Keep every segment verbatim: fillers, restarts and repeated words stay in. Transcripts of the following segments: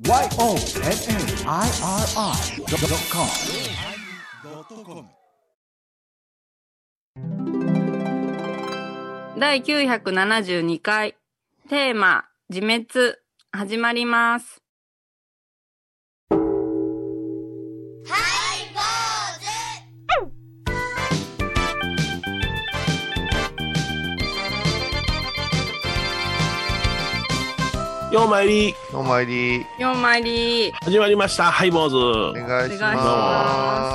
ワイオーエヌエヌアイアールアイドットコムだいきゅうひゃくななじゅうにかいテーマ自滅始まります。 ようまいりようまいりようまいり始まりました。ハイボーズお願いします。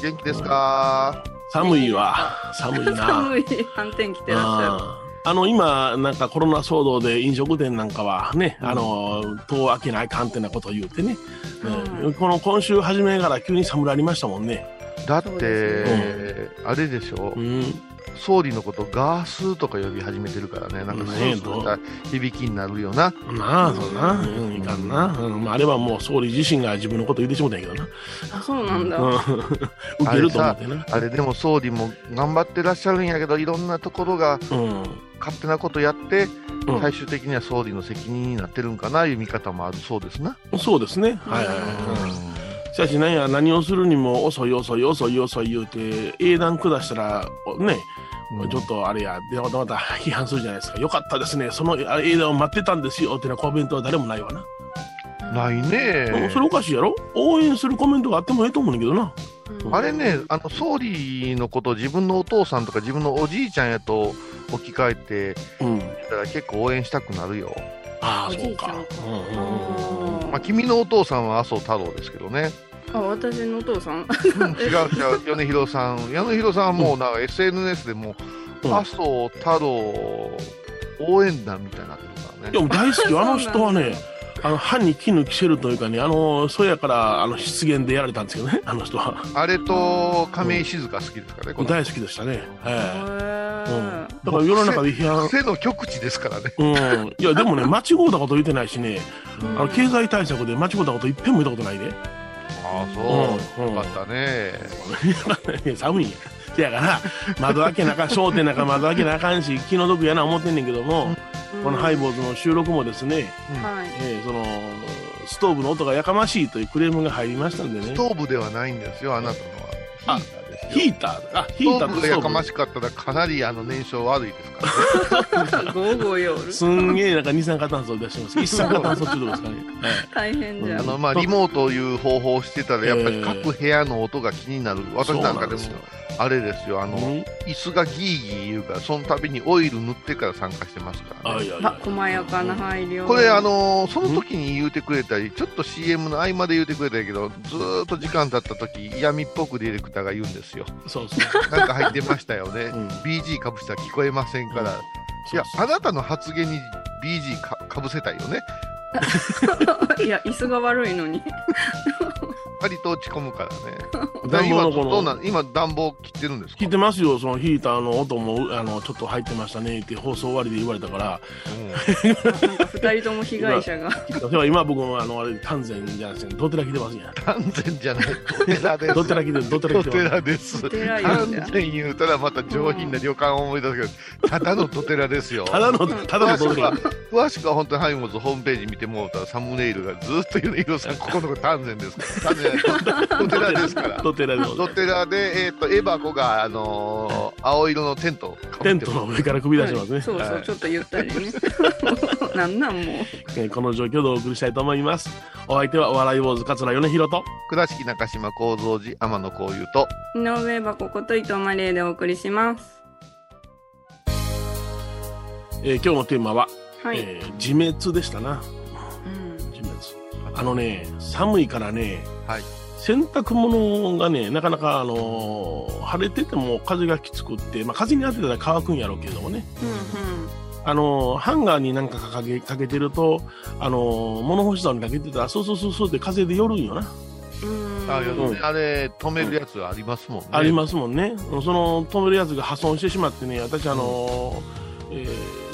元気ですか？ 寒いわ寒いな寒い反転来てらっしゃる。 あの今なんかコロナ騒動で飲食店なんかはね、うん、あの戸を開けないかんってなことを言うてね、うんうん、この今週初めから急に寒なりましたもんね。 だって、うん、あれでしょ、うん、総理のことガースとか呼び始めてるからね、なんかそうした響きになるよな。 なあ、そうな、うん、いかんな、うんまあ、あれはもう総理自身が自分のこと言ってしもたんやけどな。 あ、そうなんだ。 うん、受けると思ってな。 あれさ、あれでも総理も頑張ってらっしゃるんやけど、いろんなところが勝手なことやって、うん、最終的には総理の責任になってるんかないう見方もあるそうですな。 そうですね。はいはいはい。うんしかし何や何をするにも遅い遅い遅い遅い言うて英断下したらね、うん、ちょっとあれやでまたまた批判するじゃないですか。よかったですね、その英断を待ってたんですよってなコメントは誰もないわな。 ないね。 それおかしいやろ。応援するコメントがあってもええと思うんだけどな、 うん、あれね、あの総理のことを自分のお父さんとか自分のおじいちゃんやと置き換えて、うん、たら結構応援したくなるよ。 ああ、そうか。 うんうん、まあ、君のお父さんは麻生太郎ですけどね。 あ、私のお父さん、うん、 違う違う、米広さん。米広さんはもうなんか エスエヌエス でもう、うん、麻生太郎応援団みたいになってるからね。 いや、大好きあの人はね、あの歯に衣着せるというかね、あのそやからあの失言でやられたんですけどね、あの人は。 あれと亀井静香好きですかね、 うん、大好きでしたね。はい、うん、だから世の中で批判背の極地ですからね。 うん、いやでもね、間違うたこと言ってないしね、うん、あの経済対策で間違うたこと一遍も言ったことないで。 ああ、そう、うん、よかったね。 寒いんや。せやから窓開けなあかん、商店なんか窓開けなあかんし気の毒やな思ってんねんけども、うん、このハイボーズの収録もですね、うんえー、そのストーブの音がやかましいというクレームが入りましたんでね。 ストーブではないんですよ、あなたのは。 あ、ヒーター、あ、ヒーターとストーブ。ストーブがやかましかったらかなりあの燃焼悪いですからね。 ゴーゴー夜。 すんげえなんか二酸化炭素を出してます。一酸化炭素中毒ですかね。 はい、大変じゃん。 あのまあリモートという方法をしてたらやっぱり各部屋の音が気になる。私なんかでもあれですよ、あの、うん、椅子がギーギー言うからその度にオイル塗ってから参加してますからね。 あ、いやいや、細やかな配慮。 これあのー、その時に言うてくれたり、ちょっと シーエム の合間で言うてくれたけど、ずーっと時間経った時嫌味っぽくディレクターが言うんですよ。 そうそうなんか入ってましたよね、うん、ビージー かぶしたら聞こえませんから、うん、いや、あなたの発言に ビージー か, かぶせたいよね。 いや、椅子が悪いのに割と落ち込むからね。今どうなん、今暖房切ってるんですか？ 切ってますよ。そのヒーターの音もあのちょっと入ってましたねって放送終わりで言われたから、 うん、なんかふたりとも被害者が今, 今僕もあのあれ丹前じゃないですね、ドテラ来てますんや。 丹前じゃない、ドテラです。 ドテラ来てドテラ来てます。 ドテラです。丹前言うたらまた上品な旅館を思い出すけど、うん、ただのドテラですよ。 ただのただのドテラ。 詳しくは本当にハイモーズホームページ見てもらったらサムネイルがずっと米広さん、ここの子丹前ですから。ドテラですから。 ドテラで、 ドテラで、えっ、ー、と、エバコが、あのー、青色のテントをかぶってます。 テントの上から首出してますね。はい、 そうそう、はい、ちょっとゆったりね。なんなんもう、 えー。この状況でお送りしたいと思います。お相手はお笑い坊主桂米広と、 倉敷中島幸三寺天野幸雄と、 井上箱こと伊藤マリエでお送りします。 えー、今日のテーマは、はいえー、自滅でしたな。うん、自滅。あのね、寒いからね、はい、洗濯物がね、なかなか、あのー、晴れてても風がきつくって、まあ、風に当てたら乾くんやろうけどもね、うんうん、あのー、ハンガーになんかかけ、かけてると、あのー、物干し竿にかけてたらそうそうそうそうって風で寄るんよな。 うんあ, うん、あれ止めるやつありますもんね、うん、 ありますもんね。その止めるやつが破損してしまってね、私あのーうんえー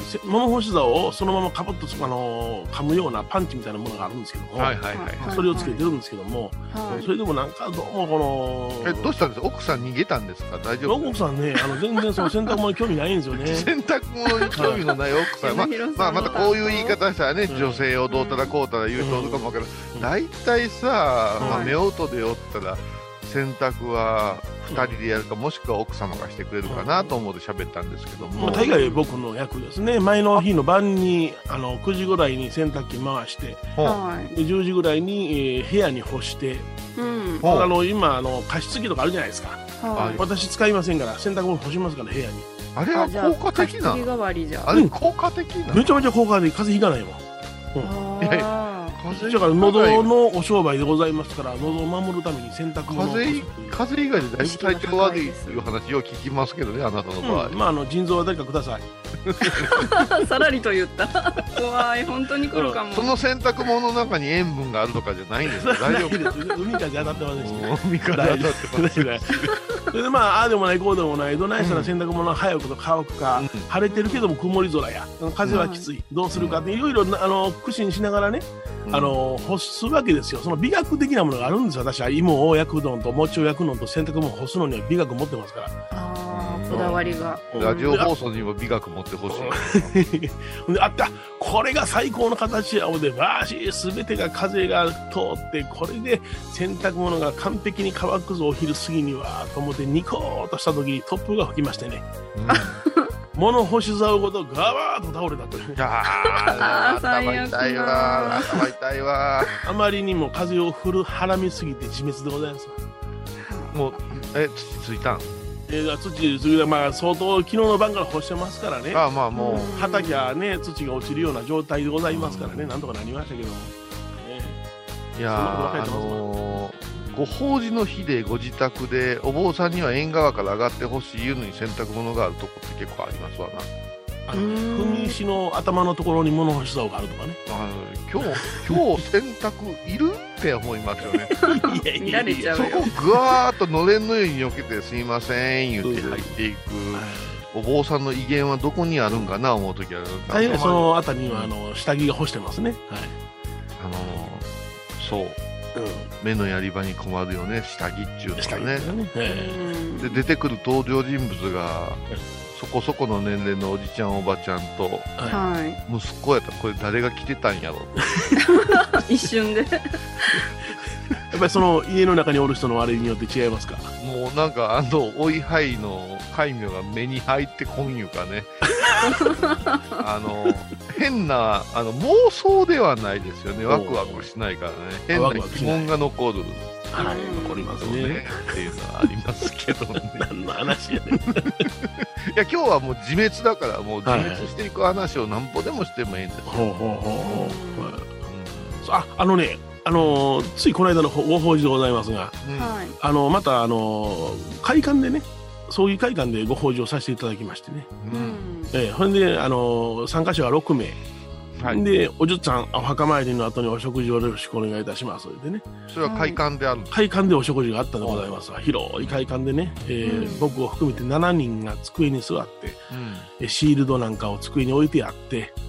物干し竿をそのままかぶっとあの噛むようなパンチみたいなものがあるんですけども、 はいはいはい、 それをつけてるんですけども、はい、それでもなんかどうもこのえどうしたんですか、奥さん逃げたんですか、大丈夫？ 奥さんね、あの全然その洗濯物に興味ないんですよね。 洗濯物に興味のない奥さん、まあ、まあまたこういう言い方したらね、女性をどうたらこうたら言う人おるかもわからん、大体さ、まあ、夫婦でおったら洗濯はふたりでやるか、もしくは奥様がしてくれるかなと思って喋ったんですけども、 まあ、大概僕の役ですね。前の日の晩にあのくじぐらいに洗濯機回して、でじゅうじぐらいに、えー、部屋に干して、うん、あの今あの加湿器とかあるじゃないですか、はい、私使いませんから洗濯物干しますから部屋に。 あれは効果的な、あれ効果的な、 めちゃめちゃ効果的、風邪ひかないもん、うん、いやいやだから喉のお商売でございますから、喉を守るために洗濯物を風邪風邪以外でだいぶ体調悪いという話を聞きますけどね、あなたの場合、 うん、まああの腎臓は誰かくださいさらりと言った怖い、本当に来るかも、うん、 その洗濯物の中に塩分があるとかじゃないんですか、大丈夫です海風当たってませんし、ね、 海風当たってますしそれでまあああでもないこうでもない、どないしたら洗濯物が早くと乾くか、うん、晴れてるけども曇り空や風はきつい、うん、どうするかっていろいろあの苦心しながらね、あの干すわけですよ。その美学的なものがあるんですよ。私は芋を焼くのと餅を焼くのと洗濯物を干すのには美学持ってますから。 ああ、こだわりが。 ラジオ放送にも美学持ってほしい。 であった、これが最高の形やおで、わーし、すべてが風が通って、これで洗濯物が完璧に乾くぞ、お昼過ぎには、と思ってニコーっとした時、突風が吹きましてね。うん物干し竿ごとガワーッと倒れたという。 いやー、頭痛いわ、頭痛いわ。 あまりにも風を振るはらみすぎて自滅でございます。 もう、え、土ついたん？ えー、土ついた、まあ相当昨日の晩から干してますからね。 ああ、まあもう畑はね、土が落ちるような状態でございますからね、なんとかなりましたけども。 えー、いやー、あのー。ご法事の日でご自宅でお坊さんには縁側から上がってほしいいうのに洗濯物があるとこって結構ありますわな。 あの踏み石の頭のところに物干し竿があるとかね。 あ今日今日洗濯いるって思いますよね。 いやいやいやそこぐわーっとのれんのように避けてすいません言って入っていく、お坊さんの威厳はどこにあるんかな思う時ある。 大概そのあたりにはあの下着が干してますね。はい。 あのそう。うん、目のやり場に困るよね、下着っちゅうのがね。で出てくる登場人物がそこそこの年齢のおじちゃんおばちゃんと、はい、息子やったらこれ誰が着てたんやろ一瞬でやっぱりその家の中におる人のあれによって違いますか。 もうなんかあのおいはいの戒名が目に入ってこんいうかねあの変なあの妄想ではないですよね。ワクワクしないからね、変な疑問が残る、 はい、残りますねっていうのはありますけどね何の話やねんいや今日はもう自滅だから、もう自滅していく話をなんぼでもしてもいいんですよ。ほうほうほうほう。あ、あのね、あのー、ついこの間のご法事でございますが、うん、あのー、またあのー、会館でね、葬儀会館でご法事をさせていただきましてね、うんえー、ほんで、あのー、参加者はろくめい、はい、でおじゅっちゃんお墓参りの後にお食事をよろしくお願いいたしますでね。 それは会館であるんですか？ 会館でお食事があったんでございますが、広い会館でね、えーうん、僕を含めてしちにんが机に座って、うん、シールドなんかを机に置いてあって、うん、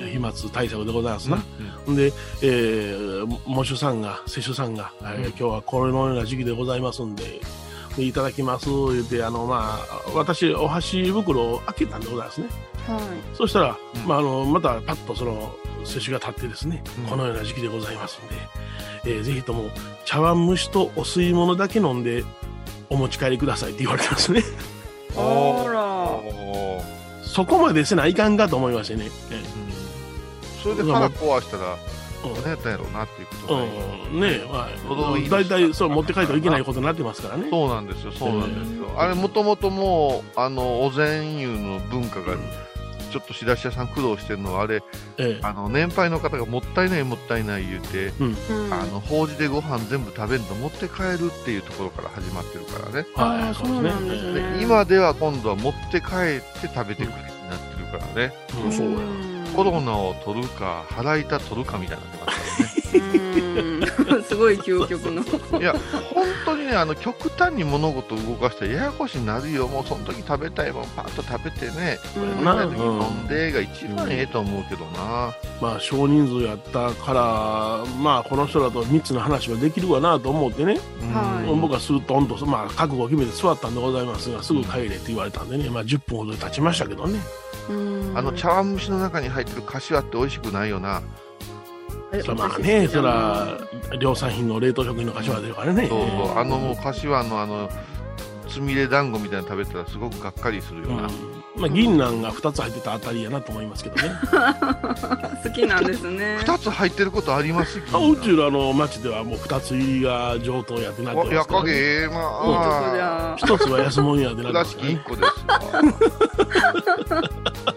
飛沫対策でございますな、うんうん、で、えー、喪主さんが施主さんが、うんえー、今日はこのような時期でございますんでいただきます言って、あの、まあ、私お箸袋を開けたんでございますね。はい、そしたら、うんまあ、あのまたパッとその接種が立ってですね、うん、このような時期でございますんで、えー、ぜひとも茶碗蒸しとお吸い物だけ飲んでお持ち帰りくださいって言われたんですね。 あらそこまでせないかんかと思いましてね、えー、それで腹壊したら何やったんやろうなっていうことが、 うん、ねえ、まあ、だいたいそう持って帰ってはいけないことになってますからね。 そうなんですよ、そうなんですよ、えー、あれもともともうあのお膳湯の文化が、うんちょっと仕出し屋さん苦労してるのはあれ、ええ、あの年配の方がもったいないもったいない言うて、うん、あの法事でご飯全部食べるの持って帰るっていうところから始まってるからね。 ああ、そうなんですね。 で今では今度は持って帰って食べてくれになってるからね、 うん、そうやコロナを取るか腹痛取るかみたいになってますからねうんすごい究極のいや本当にねね、あの極端に物事を動かしたらややこしになるよ。もうその時食べたいもんパッと食べてね、飲みたい時に飲んでが一番ええと思うけどな。 まあ少人数やったから、まあこの人だとみっつの話はできるわなと思ってね、うん、僕はスーッとんと、まあ、覚悟を決めて座ったんでございますが、すぐ帰れって言われたんでね、まあじゅっぷんほど経ちましたけどね。 うん、あの茶碗蒸しの中に入ってる柏って美味しくないよな。 そまあね、そら量産品の冷凍食品の柏だからね。 そうそう、あのもう柏のあのつみれ団子みたいなの食べたらすごくがっかりするような、うん、 まあ銀杏がふたつ入ってたあたりやなと思いますけどね。 好きなんですね。 ふたつ入ってることあります？ あ、うちのあの町ではもうふたつ入りが上等やってなってますから、ね、 やかげええまあひとつは安物やってなってますからね。 倉敷いっこですわ。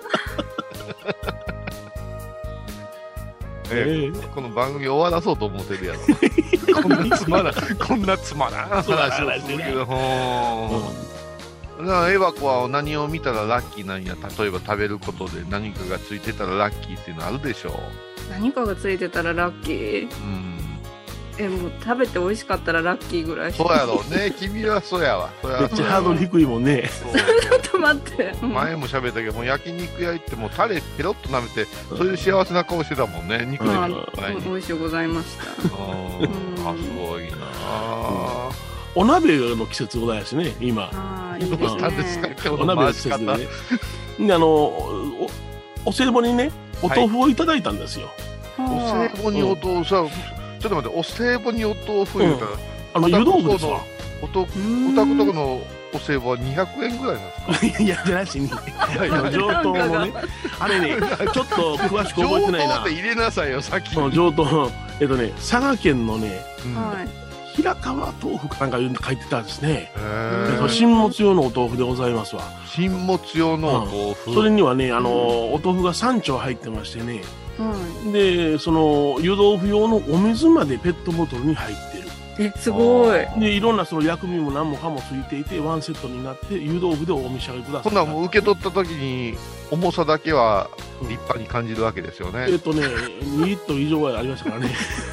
えー、この番組終わらそうと思ってるやろ。こんなつまらんこんなつまらん話をするけど、ほー、うん、だからエバコは何を見たらラッキーなんや。例えば食べることで何かがついてたらラッキーっていうのあるでしょう。 何かがついてたらラッキー、うん、え、もう食べて美味しかったらラッキーぐらい。 そうやろうね。君はそうやわ。そめっちゃハードル低いもんね。 ちょっと待って、 うん、前も喋ったけど、もう焼肉屋行ってもタレペロッと舐めて、そういう幸せな顔してたもんね。肉でもないに。美味しゅうございました。あ、すごいなあ、 うん。お鍋の季節ございますね、今。 あ、いいですね。 お鍋の季節でね。で、あのお、お歳暮にね、お豆腐をいただいたんですよ。 はい、お歳暮にお豆腐さ、うん、ちょっと待って、お歳暮にお豆腐言うたら、うん、 あの湯豆腐ですわ。 おたくとこのお歳暮はにひゃくえんぐらいなんですか？いや、じゃなしに上等のね、あれね、ちょっと詳しく覚えてないな。 上等って入れなさいよ、さっき。 上等、えっとね、佐賀県のね、 うん、 平川豆腐かなんか書いてたんですね。新物用のお豆腐でございますわ。 新物用のお豆腐、 うん、それにはね、あの、お豆腐がさん丁入ってましてね、うん、で、その湯豆腐用のお水までペットボトルに入ってる。 え、すごい。 で、いろんなその薬味も何もかもついていて、ワンセットになって湯豆腐でお召し上がりください。 今度はもう受け取った時に重さだけは立派に感じるわけですよね。 うん、えっとね、にリットル以上はありましたからね。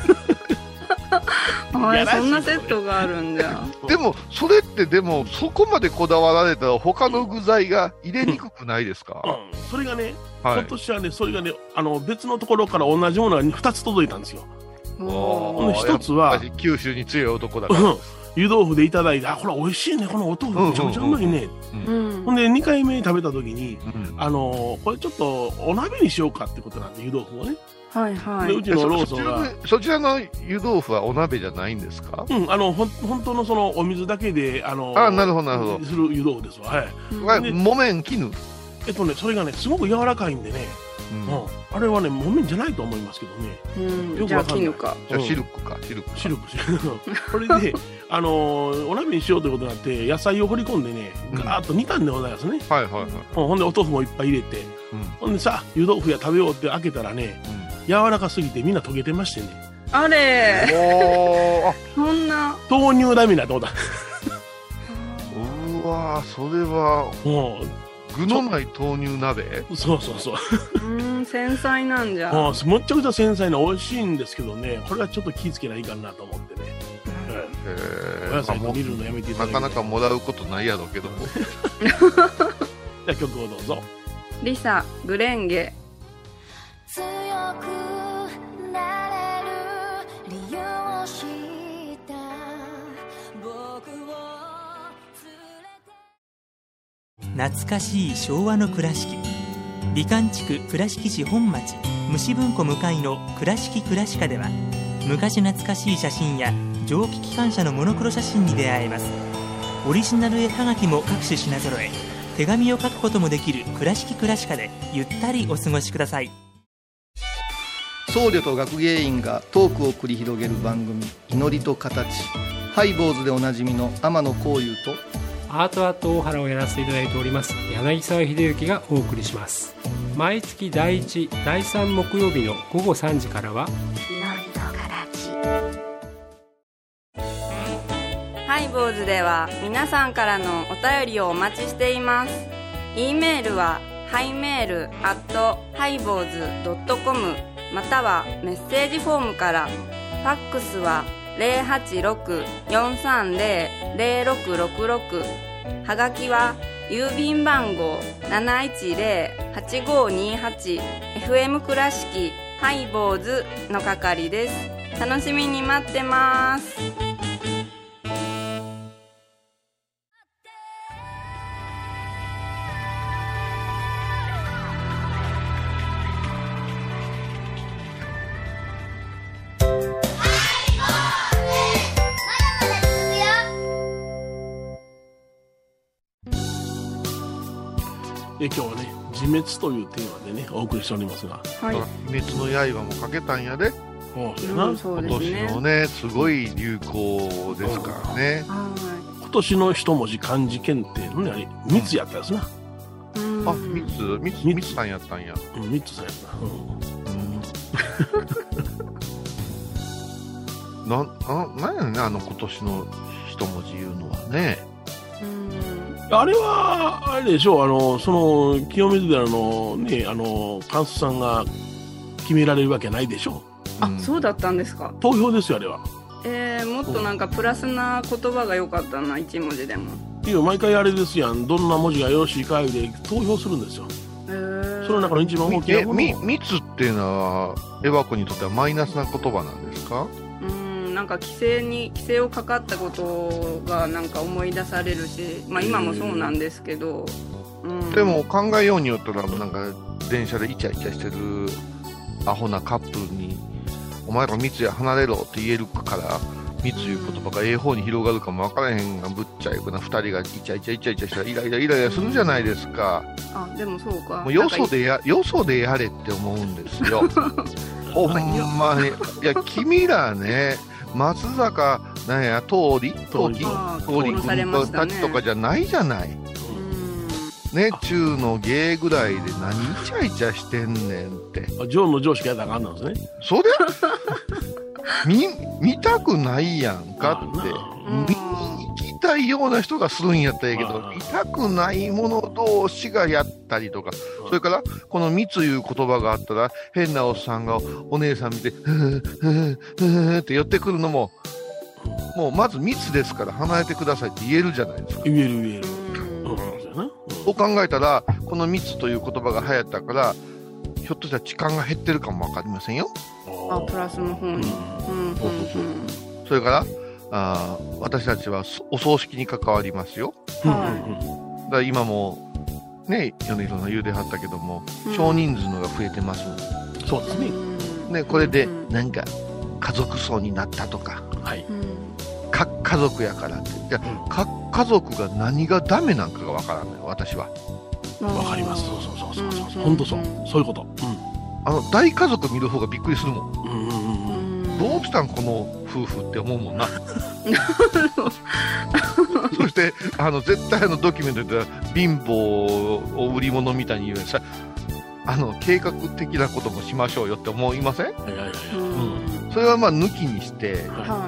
はい、そんなセットがあるんだ。 でもそれってでもそこまでこだわられたら他の具材が入れにくくないですか？ うんうん、それがね、はい、今年はね、それがね、あの別のところから同じものがふたつ届いたんですよ。一つは九州に強い男だから、うん、 湯豆腐でいただいて、あ、これ美味しいね、このお豆腐めちゃめちゃうまいね。ほんでにかいめ食べた時に、うん、あのこれちょっとお鍋にしようかってことなんで、湯豆腐をね。 はいはい。 でうちのローソンがそ, そちらの湯豆腐はお鍋じゃないんですか？ うん、あのほん本当のそのお水だけであのあ、なるほどなるほど、 する湯豆腐ですわ。はい。 うん、木綿絹。 えっとね、それがねすごく柔らかいんでね。うん、あれはね木綿じゃないと思いますけどね。 うん、よくわかんない。じゃあ絹か。 じゃあシルクか、シルクか。 シルク。これであのー、お鍋にしようということになって野菜を掘り込んでね、ガーッと煮たんでございますね。 うん、はいはいはい。 ほんでお豆腐もいっぱい入れて、うん、ほんでさ湯豆腐や食べようって開けたらね、うん、柔らかすぎてみんな溶けてましてね。 あれー。そんな。 豆乳ダメだと思った。 うわー、それはもう。具のない豆乳鍋？ そうそうそう。 うん、繊細なんじゃ。 ああ、もっちゃくちゃ繊細な美味しいんですけどね、これはちょっと気ぃつけないかなと思ってね。 へお野菜見るのやめていただきなかなかもらうことないやろうけども。 じゃあ曲をどうぞ。 リサ、グレンゲ。 強くなれる理由を知った僕を懐かしい昭和の倉敷、美観地区倉敷市本町虫文庫向かいの倉敷倉歯科では、昔懐かしい写真や蒸気機関車のモノクロ写真に出会えます。オリジナル絵はがきも各種品揃え、手紙を書くこともできる倉敷倉歯科でゆったりお過ごしください。 僧侶と学芸員がトークを繰り広げる番組、祈りと形。ハイボーズでおなじみの天野幸雄とアートアート大原をやらせていただいております柳沢秀幸がお送りします。毎月だいいち、だいさん木曜日のごごさんじからはハイボーズでは皆さんからのお便りをお待ちしています。 E メールはハイメールアットハイボーズドットコムまたはメッセージフォームから。ファックスはゼロはちろく よんさんゼロ ゼロろくろくろく、はがきは郵便番号 なないちゼロ はちごにはち エフエム 倉敷ハイボーズの係です。楽しみに待ってます。 え今日はね、自滅というテーマでねお送りしておりますが、 はい、鬼滅の刃もかけたんやで。 そうですな、 うん、そうですね、 今年のねすごい流行ですからね。 今年の一文字漢字検定のねあれ密やったやつな。 うん、あ、密密密さんやったんや。 うん、密さんやった。うん。なななんやねんあの今年の一文字言うのはね。あれはあれでしょう、あのその清水寺のねあの関須さんが決められるわけないでしょう。 あ、うん、そうだったんですか。 投票ですよあれは。 えー、もっとなんかプラスな言葉が良かったな、一文字でも。 っていう毎回あれですやん、どんな文字がよろしいかで投票するんですよ。 へー。 その中の一番大きなもの。 え、み密っていうのはエバコにとってはマイナスな言葉なんですか。 なんか規制に規制をかかったことがなんか思い出されるし、まあ、今もそうなんですけど、うん、 でも考えようによったらなんか電車でイチャイチャしてるアホなカップルにお前ら密や離れろって言えるから密いう言葉がええ方に広がるかも分からへんが、ぶっちゃいくなふたりがイチャイチャイチャイチャしたらイライライライラするじゃないですか。 あ、でもそうか、 もうよそでやよそでやれって思うんですよほんまに。いや君らね、松坂なんや通り通り通り君たちとかじゃないじゃないね。中の芸ぐらいで何イチャイチャしてんねんって。 あ、ジョンの上司がやったらあかんなんですね。 それ見見たくないやんかって。見に行きたいような人がするんやったらええけど、見たくない者同士がやったりとか、それからこの密いう言葉があったら変なおっさんがお姉さん見てふーふーふーって寄ってくるのも、もうまず密ですから離れてくださいって言えるじゃないですか。 言える言える。 そう考えたらこの密という言葉が流行ったから、ひょっとしたら痴漢が減ってるかも分かりませんよ。 あ、プラスの方に、うんうんうん、 それからあ私たちはお葬式に関わりますよ、はい、だから今もね米広さん言うてはったけども、うん、少人数のが増えてますもん。 そうですね。 ね、これでなんか家族葬になったとか、はい、か家族やからって、いや、うん、か家族が何がダメなんかがわからない私は。 わかります。そうそうそうそうそう、本当そう、そういうこと。うん、 あの大家族見る方がびっくりするもん。うんうんうん、どうしたんこの夫婦って思うもんな。そしてあの絶対あのドキュメントで貧乏を売り物みたいに言うさ、あの計画的なこともしましょうよって思いません？いやいやいや、うん、それはまあ抜きにして、はい、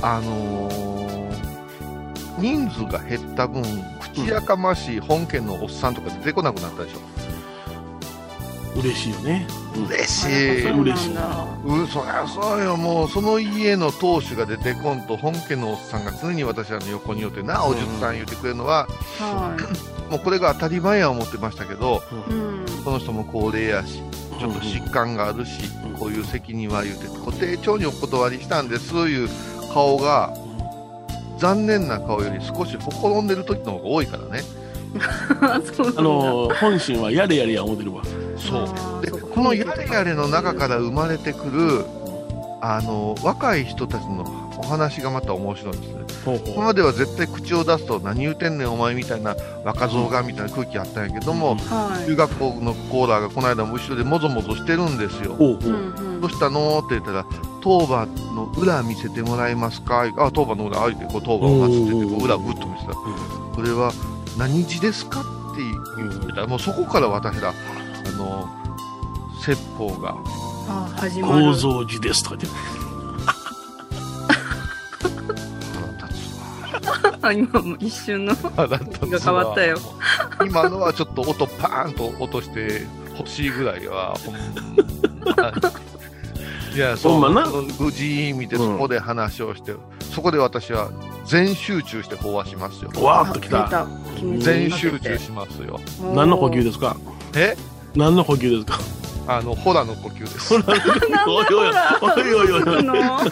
あのー、人数が減った分口やかましい本家のおっさんとか出てこなくなったでしょ。 嬉しいよね。 嬉しい。 嬉しい。 うん、そりゃそうよ。もうその家の当主が出てこんと本家のおっさんが常に私らの横に寄ってな、おじゅっさん言ってくれるのは、うん、もうこれが当たり前や思ってましたけど、うん、この人も高齢やしちょっと疾患があるし、うん、こういう責任は言うて固定長にお断りしたんですいう顔が、残念な顔より少しほころんでる時の方が多いからね。 あの本心はやれやれや思ってるわ。 そうで、このやれやれの中から生まれてくるあの若い人たちのお話がまた面白いんですね。ほうほう。ここまでは絶対口を出すと何言うてんねんお前みたいな若造がみたいな空気あったんやけども、うん、中学校のコーラーがこの間も後ろでもぞもぞしてるんですよ。ほうほう。どうしたのって言ったら、当場の裏見せてもらえますか。あ、当場の裏歩いてこう当場を祭っててこう裏ぶっと見せたら、これは何字ですかって言ったら、もうそこから私らあの説法があ始まる。 構造字ですとか言って腹立つわ。 今も一瞬のが変わったよ。 今のはちょっと音パーンと落としてほしいぐらいはほんまにいいや、そう、じー見てそこで話をして、うん、そこで私は全集中して飽和しますよ。 わーっときた。 全集中しますよ。 何の呼吸ですか？ え？ 何の呼吸ですか？ あのホラの呼吸です。 おいおいおいおいおい。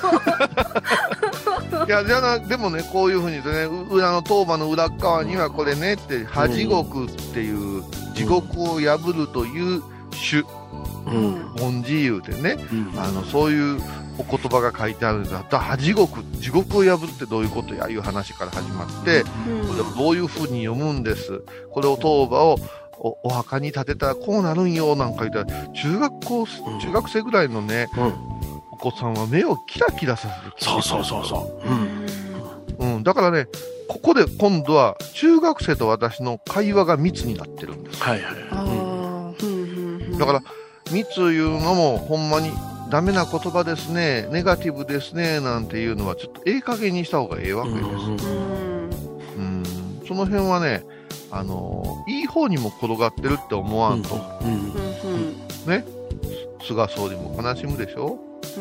いやじゃあでもね、こういうふうにね、裏の当場の裏側にはこれねって、は地獄っていう地獄を破るという種、文字言うてね、あのそういうお言葉が書いてあるんだ。だは地獄、地獄を破るってどういうことやいう話から始まって、これをどういうふうに読むんです。これを当場をお, お墓に建てたらこうなるんよなんか言ったら、中学校中学生ぐらいのね、うん、お子さんは目をキラキラさせる。 そうそうそうそう、 うんうん、だからね、ここで今度は中学生と私の会話が密になってるんです。 はいはい、 うん、だから密いうのもほんまにダメな言葉ですね、ネガティブですねなんていうのはちょっとええ加減にした方がええわけです。うん、うん、その辺はね、あのー、いい方にも転がってるって思わんと、うんうん、ね、菅総理も悲しむでしょ、うん、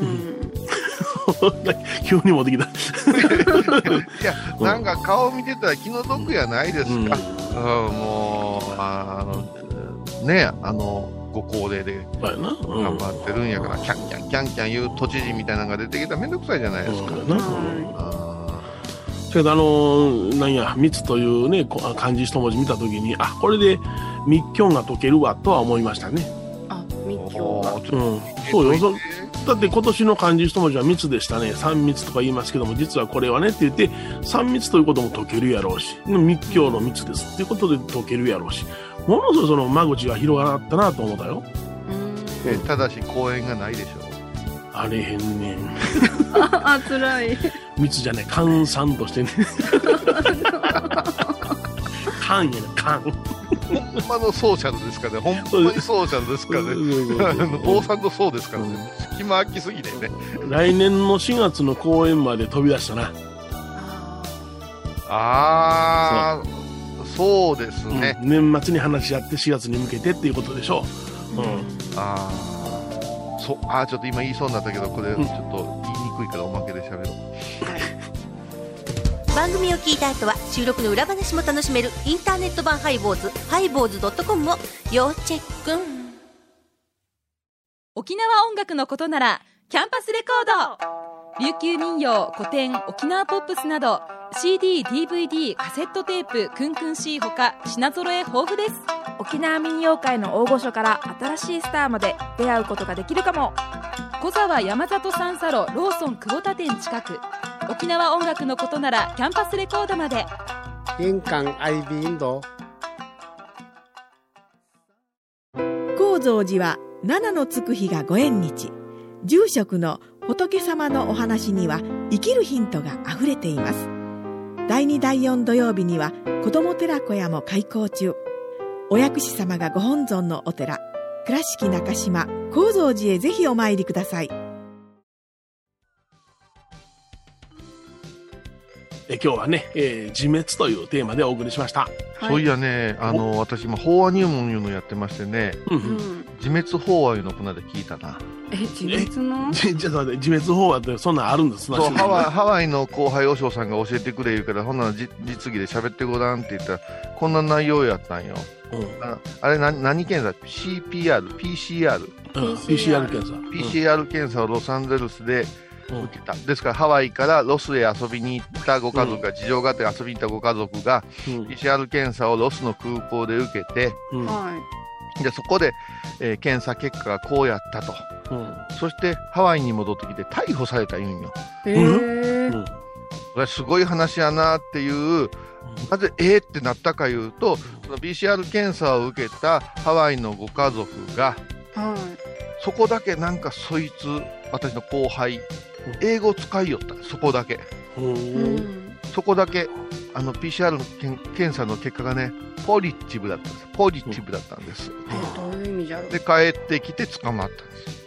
急に持ってきたいや、なんか顔見てたら気の毒やないですか、うんうん、もうあのね、あのご高齢で頑張ってるんやから、キャンキャンキャンキャン言う都知事みたいなのが出てきたらめんどくさいじゃないですか、うん、 けどあのー、なんや密というね漢字一文字見たときに、あ、これで密教が解けるわとは思いましたね。 あ、密教が、うん、 そうよ。そだって今年の漢字一文字は密でしたね。三密とか言いますけども、実はこれはねって言って三密ということも解けるやろうし、密教の密ですっていうことで解けるやろうし、ものすごいその間口が広がったなと思ったよ。 うん、えただし公園がないでしょ。 あれへんねん。 あ、辛い。 密じゃない、閑散としてね。閑やな、閑。 ほんまのソーシャルですからね。ほんまにソーシャルですからね。坊さんのそうですからね。隙間空きすぎてね。 来年のしがつの公演まで飛び出したな。 ああ、そう、そうですね、 うん。年末に話し合ってしがつに向けてっていうことでしょう。うん、 ああ。そあちょっと今言いそうになったけど、これちょっと言いにくいからおまけで喋ろう、 うん、番組を聞いた後は収録の裏話も楽しめるインターネット版ハイボーズハイボーズドットコムを要チェック。 沖縄音楽のことならキャンパスレコード、琉球民謡、古典、沖縄ポップスなど シーディー、ディーブイディー、カセットテープ、クンクン C ほか品揃え豊富です。 沖縄民謡界の大御所から新しいスターまで出会うことができるかも。小沢山里三佐路ローソン久保田店近く。沖縄音楽のことならキャンパスレコードまで。 印鑑アイビーインド。 高蔵寺は七のつく日がご縁日。住職の仏様のお話には生きるヒントがあふれています。だいにだいよん土曜日には子ども寺小屋も開校中。お薬師様がご本尊のお寺、倉敷中島・高蔵寺へぜひお参りください。 え今日はね、えー、自滅というテーマでお送りしました。 はい、そういやね、あの私今法話入門いうのやってましてね、うんうん、自滅法話いうのこの間聞いたな。 え自滅のちょっと待って、自滅法話ってそんなんあるんですな。 そう、ハワイ、ハワイの後輩和尚さんが教えてくれ言うから、ほんなら実技で喋ってごらんって言ったらこんな内容やったんよ。うん、あ, あれ何、何検査 シーピーアール、ピーシーアール、 うん、ピーシーアール 検査ピーシーアール 検査をロサンゼルスで受けた、うん、ですからハワイからロスへ遊びに行ったご家族が、うん、事情があって遊びに行ったご家族が、うん、ピーシーアール 検査をロスの空港で受けて、うん、でそこで、えー、検査結果がこうやったと、うん、そしてハワイに戻ってきて逮捕された言うんよ。へー、うん、これすごい話やなっていう。なぜえーってなったかいうと、その ピーシーアール 検査を受けたハワイのご家族が、はい、そこだけなんかそいつ私の後輩英語使いよった。そこだけ、うん、そこだけあの ピーシーアール の検査の結果がねポジティブだったんです。ポジティブだったんです、うん、どういう意味じゃろう。で帰ってきて捕まったんです、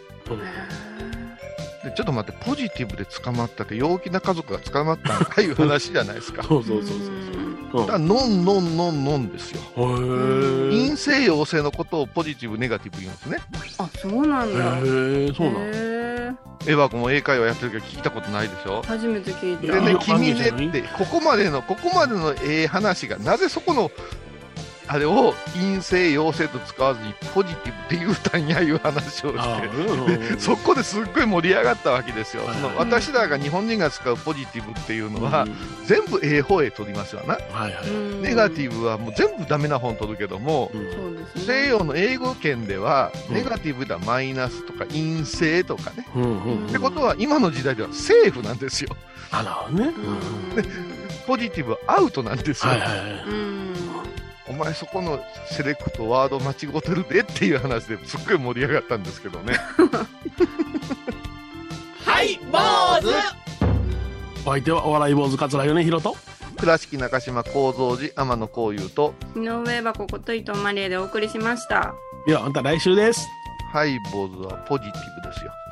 うん、でちょっと待って、ポジティブで捕まったって陽気な家族が捕まったんかいう話じゃないですか。 そうそうそうそう。 だからノンノンノンノンですよ。陰性陽性のことをポジティブネガティブ言うんですね。 あ、そうなんだ。 へえ、そうなんだ。 エヴァ子も英会話やってるけど聞いたことないでしょ。 初めて聞いて。 でね、君ねってここまでのここまでのええ話がなぜそこのあれを陰性陽性と使わずにポジティブって言うたんやいう話をして、でそこですっごい盛り上がったわけですよ。その私らが日本人が使うポジティブっていうのは、うん、全部ええ方へ取りますよな、はいはい、ネガティブはもう全部ダメな本取るけども、うん、西洋の英語圏では、うん、ネガティブだマイナスとか陰性とかね、うんうん、ってことは今の時代ではセーフなんですよ。 あらね、 うん、でポジティブはアウトなんですよ、はいはいはい、うんお前そこのセレクトワード間違ってるでっていう話ですっごい盛り上がったんですけどね。 はい坊主。 お相手はお笑い坊主桂米宏と倉敷中島幸三寺天野幸雄と井上箱こと伊藤マリエでお送りしました。 ではまた来週です。 はい坊主はポジティブですよ。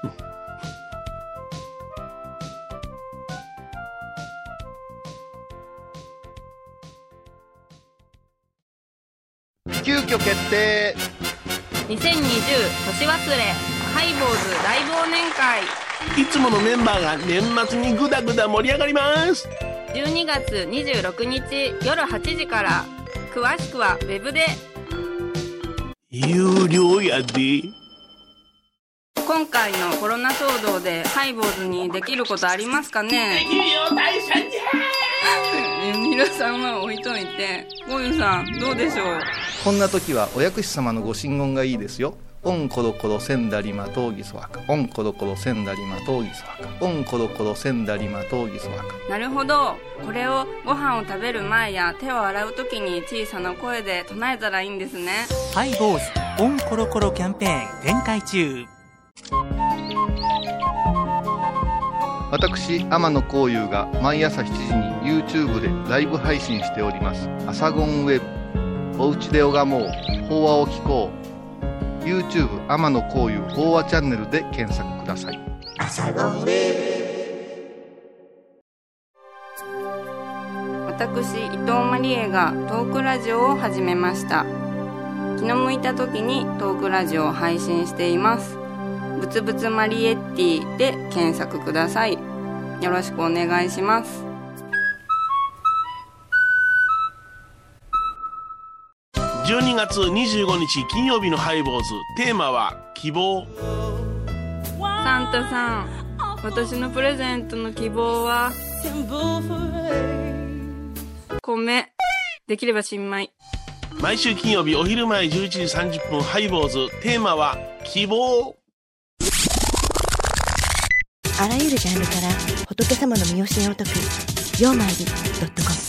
急遽決定。 にせんにじゅう年忘れハイボーズ大忘年会。 いつものメンバーが年末にグダグダ盛り上がります。 じゅうにがつにじゅうろくにち夜はちじから。詳しくはウェブで。 有料やで。 今回のコロナ騒動でハイボーズにできることありますかね。 できるよ大社じゃ皆さんは置いといて、ゴユさんどうでしょう。 こんな時はお薬師様のご神言がいいですよ。オンコロコロセンダリマトウギソワカ、オンコロコロセンダリマトウギソワカ、オンコロコロセンダリマトウギソワカ。 なるほど。これをご飯を食べる前や手を洗う時に小さな声で唱えたらいいんですね。 ハイボーズオンコロコロキャンペーン展開中。 私天野幸雄が毎朝しちじに YouTube でライブ配信しておりますアサゴンウェブ。おうちで拝もう法話を聞こう。 YouTube 天野幸雄法話チャンネルで検索ください。アサゴンウェブ。私伊藤マリエがトークラジオを始めました。気の向いた時にトークラジオを配信しています。ぶつぶつマリエッティで検索ください。よろしくお願いします。 じゅうにがつにじゅうごにち金曜日のハイボーズ、テーマは希望。 サンタさん、私のプレゼントの希望は米、できれば新米。 毎週金曜日お昼前じゅういちじさんじゅっぷんハイボーズ、テーマは希望。 あらゆるジャンルから仏様の身教えを解く曜マイルドットコム